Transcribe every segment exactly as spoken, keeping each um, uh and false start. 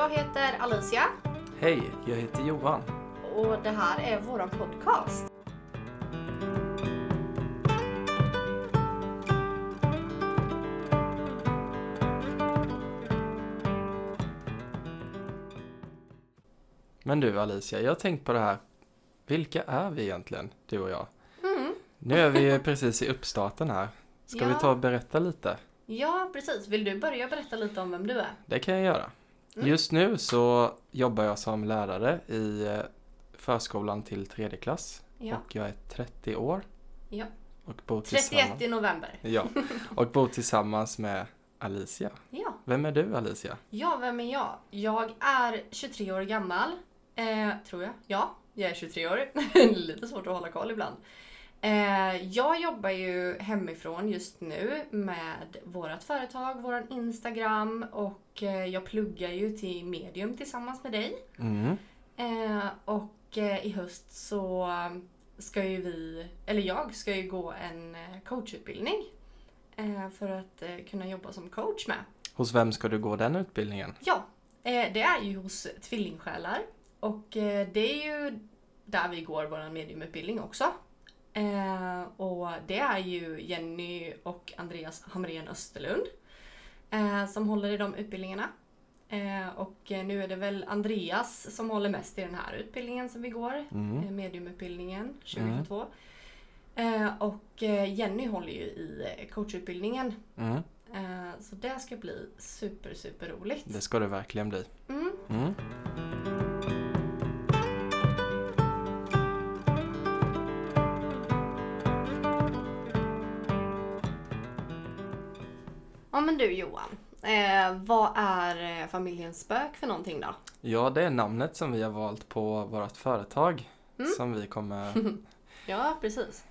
Jag heter Alicia. Hej, jag heter Johan. Och det här är våran podcast. Men du Alicia, jag har tänkt på det här. Vilka är vi egentligen, du och jag? Mm. Nu är vi precis i uppstarten här. Ska Ja. vi ta och berätta lite? Ja, precis. Vill du börja berätta lite om vem du är? Det kan jag göra. Mm. Just nu så jobbar jag som lärare i eh, förskolan till tredje klass. Ja. Och jag är trettio år. Ja. Och bor trettioett tillsammans. i november. Ja, och bor tillsammans med Alicia. Ja. Vem är du Alicia? Ja, vem är jag? Jag är tjugotre år gammal. Eh, tror jag. Ja, jag är tjugotre år. Lite svårt att hålla koll ibland. Eh, jag jobbar ju hemifrån just nu med vårat företag, våran Instagram. Och eh, jag pluggar ju till Medium tillsammans med dig. Mm. Eh, och eh, i höst så ska ju vi, eller jag ska ju gå en eh, coachutbildning. Eh, för att eh, kunna jobba som coach med. Hos vem ska du gå den utbildningen? Ja, eh, det är ju hos Tvillingsjälar. Och eh, det är ju där vi går vår mediumutbildning också. Eh, och det är ju Jenny och Andreas Hamrén Österlund eh, som håller i de utbildningarna. Eh, och eh, nu är det väl Andreas som håller mest i den här utbildningen som vi går. Mm. Eh, mediumutbildningen tjugohundratjugotvå. Eh, och eh, Jenny håller ju i eh, coachutbildningen. Mm. Eh, så det ska bli super, super roligt. Det ska det verkligen bli. Mm. Mm. Ja men du Johan, eh, vad är eh, familjens spök för någonting då? Ja, det är namnet som vi har valt på vårt företag. Mm. Som vi kommer... Ja, precis.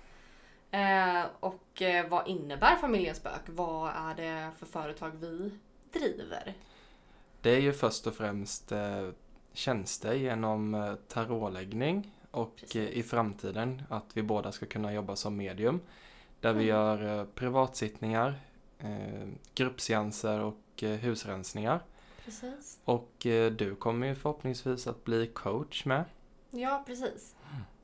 Eh, och eh, vad innebär familjens spök? Vad är det för företag vi driver? Det är ju först och främst eh, tjänster genom eh, tarotläggning. Och Precis. eh, i framtiden att vi båda ska kunna jobba som medium. Där vi Mm. gör eh, privatsittningar, eh, gruppseanser och eh, husrensningar. Precis. Och eh, du kommer ju förhoppningsvis att bli coach med. Ja, precis.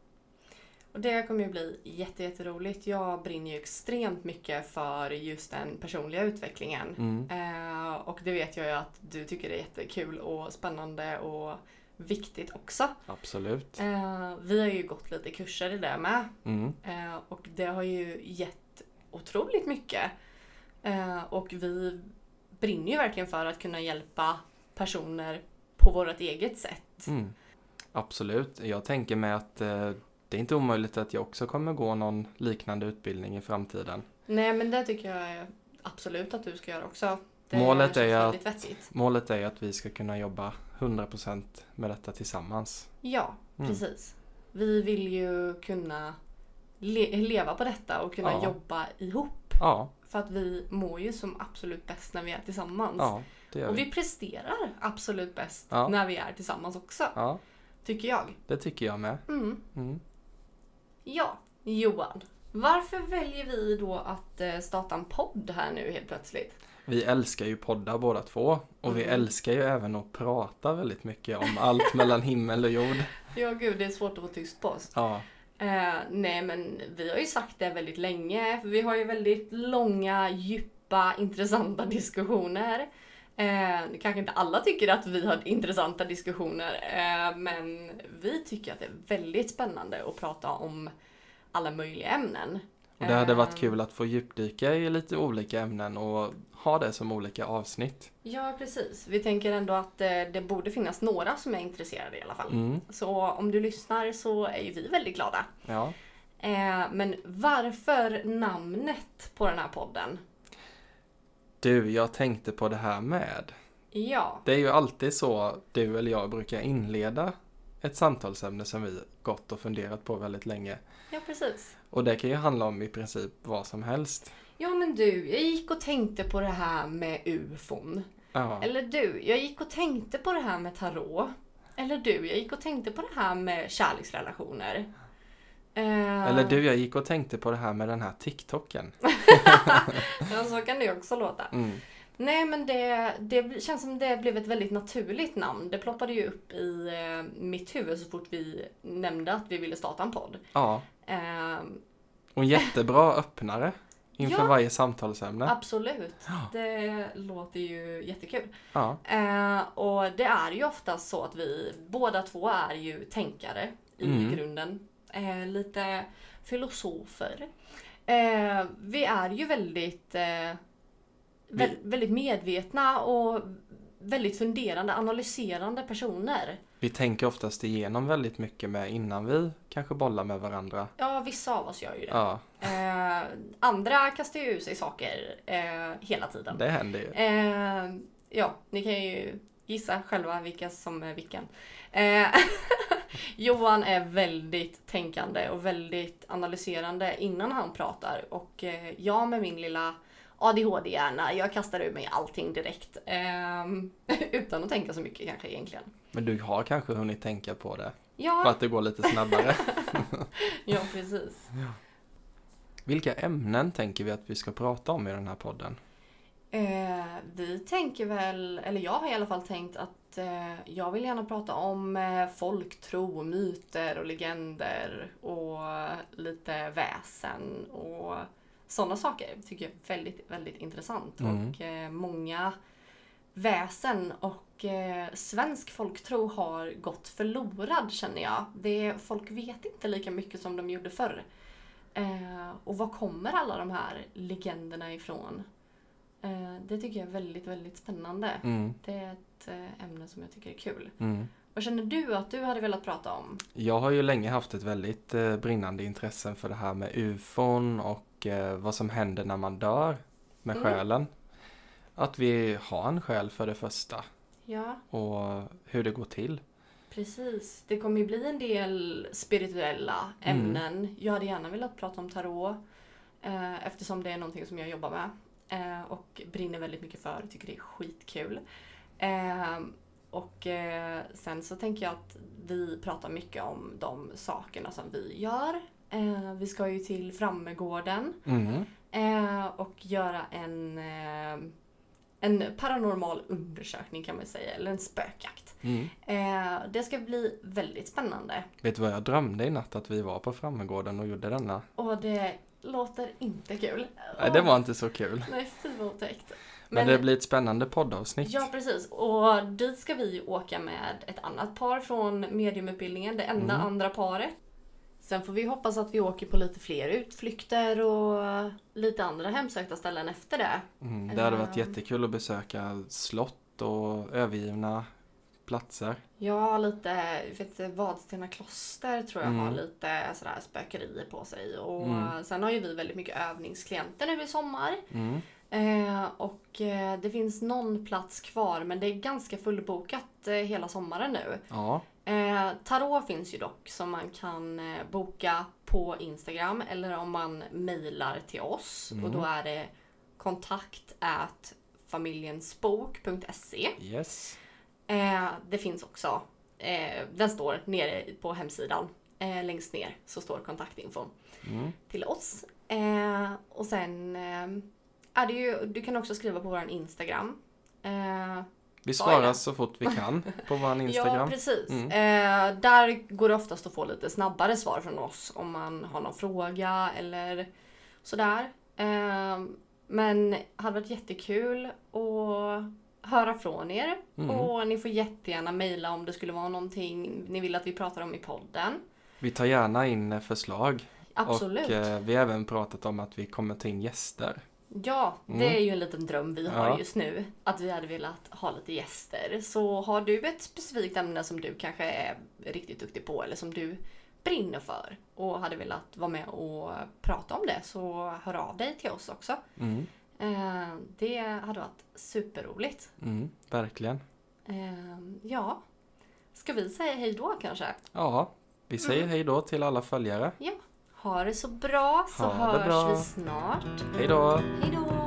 Och det kommer ju bli jätte, jätteroligt. Jag brinner ju extremt mycket för just den personliga utvecklingen. Mm. Eh, och det vet jag ju att du tycker det är jättekul och spännande och viktigt också. Absolut. Eh, vi har ju gått lite kurser i det med. Mm. Eh, och det har ju gett otroligt mycket. Eh, och vi brinner ju verkligen för att kunna hjälpa personer på vårt eget sätt. Mm. Absolut. Jag tänker mig att eh, det är inte omöjligt att jag också kommer gå någon liknande utbildning i framtiden. Nej, men det tycker jag är absolut att du ska göra också. Det Målet är känns att- väldigt vettigt. Målet är att vi ska kunna jobba hundra procent med detta tillsammans. Ja, Mm. precis. Vi vill ju kunna le- leva på detta och kunna Ja. jobba ihop. Ja, För att vi mår ju som absolut bäst när vi är tillsammans. ja det gör Och vi. vi presterar absolut bäst Ja. när vi är tillsammans också. Ja, Tycker jag. det tycker jag med. Mm. Mm. Ja, Johan. Varför väljer vi då att eh, starta en podd här nu helt plötsligt? Vi älskar ju poddar båda två. Och vi Mm. älskar ju även att prata väldigt mycket om allt mellan himmel och jord. Ja, gud, det är svårt att få tyst på oss. Ja, Eh, nej, men vi har ju sagt det väldigt länge. För vi har ju väldigt långa, djupa, intressanta diskussioner. Eh, kanske inte alla tycker att vi har intressanta diskussioner. Eh, men vi tycker att det är väldigt spännande att prata om alla möjliga ämnen. och det hade varit Eh, kul att få djupdyka i lite olika ämnen och ha det som olika avsnitt. Ja, precis. Vi tänker ändå att eh, det borde finnas några som är intresserade i alla fall. Mm. Så om du lyssnar så är ju vi väldigt glada. Ja. Eh, men varför namnet på den här podden? Du, jag tänkte på det här med. Ja, Det är ju alltid så du eller jag brukar inleda ett samtalsämne som vi gått och funderat på väldigt länge. ja precis. Och det kan ju handla om i princip vad som helst. Ja men du, jag gick och tänkte på det här med ufon. Ja, Eller du, jag gick och tänkte på det här med tarot. Eller du, jag gick och tänkte på det här med kärleksrelationer. Eh, eller du, jag gick och tänkte på det här med den här TikToken. Ja, så kan det ju också låta. Mm. Nej, men det, det känns som det blev ett väldigt naturligt namn. Det ploppade ju upp i eh, mitt huvud så fort vi nämnde att vi ville starta en podd. Ja. Eh, Och en jättebra öppnare inför Ja. varje samtalsämne. absolut. Ja. Det låter ju jättekul. Ja. Eh, och det är ju oftast så att vi båda två är ju tänkare i Mm. grunden. Eh, lite filosofer. Eh, vi är ju väldigt, eh, vä- Vi- väldigt medvetna och väldigt funderande, analyserande personer. Vi tänker oftast igenom väldigt mycket med innan vi kanske bollar med varandra. Ja, vissa av oss gör ju det. Ja, Eh, andra kastar ju ur sig saker eh, hela tiden. det händer ju. Eh, ja, ni kan ju gissa själva vilka som är vilken. Eh, Johan är väldigt tänkande och väldigt analyserande innan han pratar. Och eh, jag med min lilla A D H D-hjärna, jag kastar ur mig allting direkt. Eh, utan att tänka så mycket kanske egentligen. Men du har kanske hunnit tänka på det. För Ja, att det går lite snabbare. ja precis. Vilka ämnen tänker vi att vi ska prata om i den här podden? Eh, vi tänker väl, eller jag har i alla fall tänkt att eh, jag vill gärna prata om eh, folktro, myter och legender och lite väsen och sådana saker. Tycker jag är väldigt, väldigt intressant. Mm. Och eh, många väsen och eh, svensk folktro har gått förlorad känner jag. Det, folk vet inte lika mycket som de gjorde förr. Eh, och var kommer alla de här legenderna ifrån? Eh, det tycker jag är väldigt, väldigt spännande. Mm. Det är ett eh, ämne som jag tycker är kul. Mm. Vad känner du att du hade velat prata om? Jag har ju länge haft ett väldigt eh, brinnande intresse för det här med ufon och eh, vad som händer när man dör med Mm. själen. Att vi har en själ för det första Ja, och hur det går till. precis. Det kommer ju bli en del spirituella Mm. ämnen. Jag hade gärna velat prata om tarot. Eh, eftersom det är någonting som jag jobbar med. Eh, och brinner väldigt mycket för. Tycker det är skitkul. Eh, och eh, sen så tänker jag att vi pratar mycket om de sakerna som vi gör. Eh, vi ska ju till Frammegården. Mm. Eh, och göra en, eh, en paranormal undersökning kan man säga. Eller en spökjakt. Mm. Eh, det ska bli väldigt spännande. Vet du vad jag drömde i natt? Att vi var på Frammegården och gjorde denna. Och det låter inte kul. Nej, det var inte så kul. Nej, fy vad otäckt. Men, det blir ett spännande poddavsnitt. Ja, precis. Och dit ska vi åka med ett annat par från mediumutbildningen. Det enda Mm. andra paret. Sen får vi hoppas att vi åker på lite fler utflykter och lite andra hemsökta ställen efter det. Mm, det hade varit Ehm. jättekul att besöka slott och övergivna platser. Ja, lite, vet, Vadstena kloster tror jag Mm. har lite sådär spökerier på sig. Och Mm. sen har ju vi väldigt mycket övningsklienter nu i sommar. Mm. Eh, och eh, det finns någon plats kvar men det är ganska fullbokat eh, hela sommaren nu. Ja. Eh, tarot finns ju dock som man kan eh, boka på Instagram eller om man mejlar till oss. Mm. Och då är det kontakt at familjensbok punkt se. Yes. Eh, det finns också. Eh, den står nere på hemsidan. Eh, längst ner så står kontaktinfon Mm. till oss. Eh, och sen eh, är det ju, du kan också skriva på vår Instagram. Eh, Vi Sa jag svarar det? så fort vi kan på vår ja, Instagram. precis. Mm. Eh, där går det oftast att få lite snabbare svar från oss om man har någon fråga eller sådär. Eh, men det hade varit jättekul att höra från er. Mm. Och ni får jättegärna mejla om det skulle vara någonting ni vill att vi pratar om i podden. Vi tar gärna in eh, förslag. Absolut. Och eh, vi har även pratat om att vi kommer ta in gäster. Ja, Mm. det är ju en liten dröm vi har Ja. just nu. Att vi hade velat ha lite gäster. Så har du ett specifikt ämne som du kanske är riktigt duktig på eller som du brinner för och hade velat vara med och prata om det så hör av dig till oss också. Mm. Eh, det hade varit superroligt. Mm, verkligen. Eh, ja, ska vi säga hej då kanske? Ja, vi säger Mm. hej då till alla följare. Ja, ha det så bra så Ha det hörs bra. vi snart. Hej då! Hej då!